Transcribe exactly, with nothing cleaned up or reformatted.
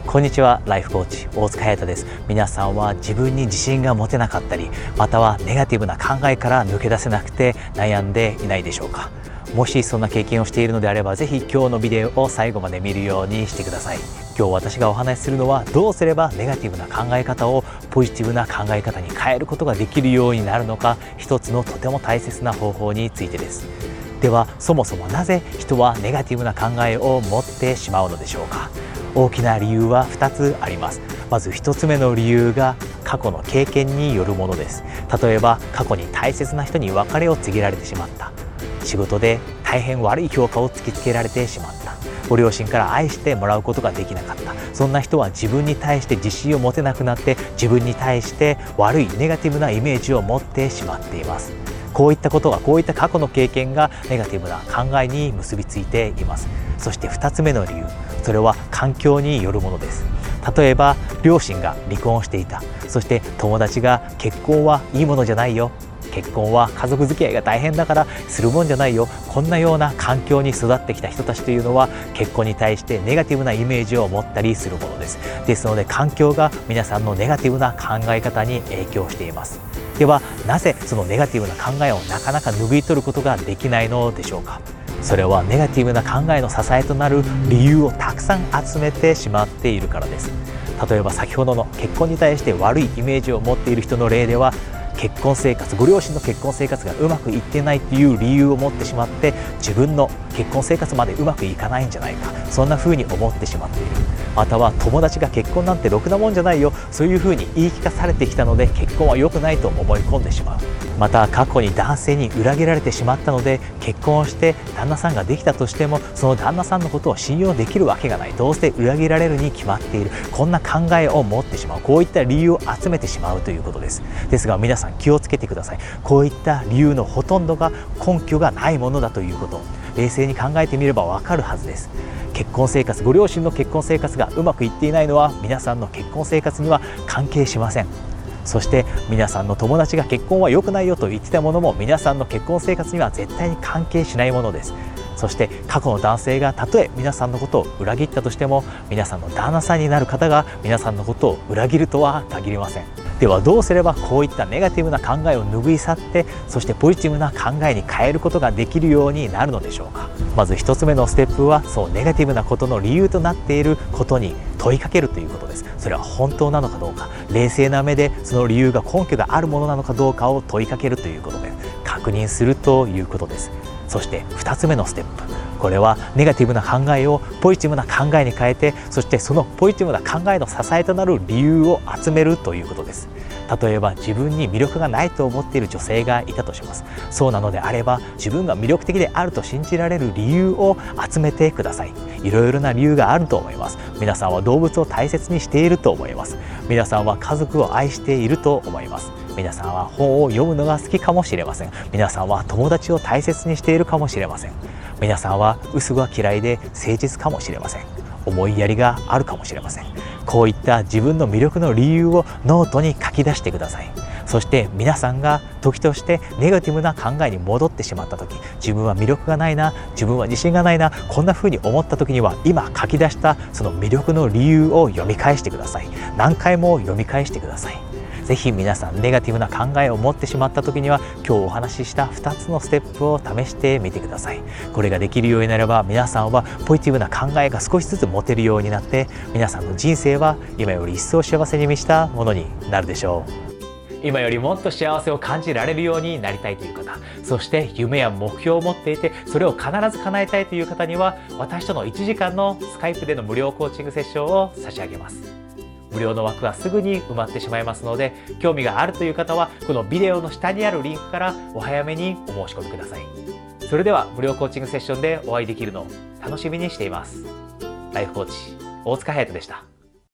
こんにちは、ライフコーチ大塚隼人です。皆さんは自分に自信が持てなかったり、またはネガティブな考えから抜け出せなくて悩んでいないでしょうか。もしそんな経験をしているのであれば、ぜひ今日のビデオを最後まで見るようにしてください。今日私がお話しするのは、どうすればネガティブな考え方をポジティブな考え方に変えることができるようになるのか、一つのとても大切な方法についてです。では、そもそもなぜ人はネガティブな考えを持ってしまうのでしょうか。大きな理由はふたつあります。まずひとつめの理由が過去の経験によるものです。例えば過去に大切な人に別れを告げられてしまった、仕事で大変悪い評価を突きつけられてしまった、ご両親から愛してもらうことができなかった、そんな人は自分に対して自信を持てなくなって、自分に対して悪いネガティブなイメージを持ってしまっています。こういったことが、こういった過去の経験がネガティブな考えに結びついています。そしてふたつめの理由、それは環境によるものです。例えば両親が離婚していた、そして友達が結婚はいいものじゃないよ、結婚は家族付き合いが大変だからするもんじゃないよ、こんなような環境に育ってきた人たちというのは、結婚に対してネガティブなイメージを持ったりするものです。ですので環境が皆さんのネガティブな考え方に影響しています。では、なぜそのネガティブな考えをなかなか拭い取ることができないのでしょうか。それはネガティブな考えの支えとなる理由をたくさん集めてしまっているからです。例えば先ほどの結婚に対して悪いイメージを持っている人の例では、結婚生活、ご両親の結婚生活がうまくいってないっていう理由を持ってしまって、自分の結婚生活までうまくいかないんじゃないか、そんな風に思ってしまっている。または友達が結婚なんてろくなもんじゃないよ、そういう風に言い聞かされてきたので、結婚は良くないと思い込んでしまう。また過去に男性に裏切られてしまったので、結婚をして旦那さんができたとしても、その旦那さんのことを信用できるわけがない、どうせ裏切られるに決まっている、こんな考えを持ってしまう。こういった理由を集めてしまうということです。ですが皆さん気をつけてください。こういった理由のほとんどが根拠がないものだということ、冷静に考えてみればわかるはずです。結婚生活、ご両親の結婚生活がうまくいっていないのは、皆さんの結婚生活には関係しません。そして皆さんの友達が結婚は良くないよと言ってたものも、皆さんの結婚生活には絶対に関係しないものです。そして過去の男性がたとえ皆さんのことを裏切ったとしても、皆さんの旦那さんになる方が皆さんのことを裏切るとは限りません。ではどうすればこういったネガティブな考えを拭い去って、そしてポジティブな考えに変えることができるようになるのでしょうか。まず一つ目のステップは、そうネガティブなことの理由となっていることに問いかけるということです。それは本当なのかどうか、冷静な目でその理由が根拠があるものなのかどうかを問いかけるということで、確認するということです。そしてふたつめのステップ、これはネガティブな考えをポジティブな考えに変えて、そしてそのポジティブな考えの支えとなる理由を集めるということです。例えば自分に魅力がないと思っている女性がいたとします。そうなのであれば、自分が魅力的であると信じられる理由を集めてください。いろいろな理由があると思います。皆さんは動物を大切にしていると思います。皆さんは家族を愛していると思います。皆さんは本を読むのが好きかもしれません。皆さんは友達を大切にしているかもしれません。皆さんは嘘が嫌いで誠実かもしれません。思いやりがあるかもしれません。こういった自分の魅力の理由をノートに書き出してください。そして皆さんが時としてネガティブな考えに戻ってしまった時、自分は魅力がないな、自分は自信がないな、こんな風に思った時には、今書き出したその魅力の理由を読み返してください。何回も読み返してください。ぜひ皆さんネガティブな考えを持ってしまった時には、今日お話ししたふたつのステップを試してみてください。これができるようになれば、皆さんはポジティブな考えが少しずつ持てるようになって、皆さんの人生は今より一層幸せに満ちたものになるでしょう。今よりもっと幸せを感じられるようになりたいという方、そして夢や目標を持っていて、それを必ず叶えたいという方には、私とのいちじかんのスカイプでの無料コーチングセッションを差し上げます。無料の枠はすぐに埋まってしまいますので、興味があるという方はこのビデオの下にあるリンクからお早めにお申し込みください。それでは無料コーチングセッションでお会いできるのを楽しみにしています。ライフコーチ大塚隼人でした。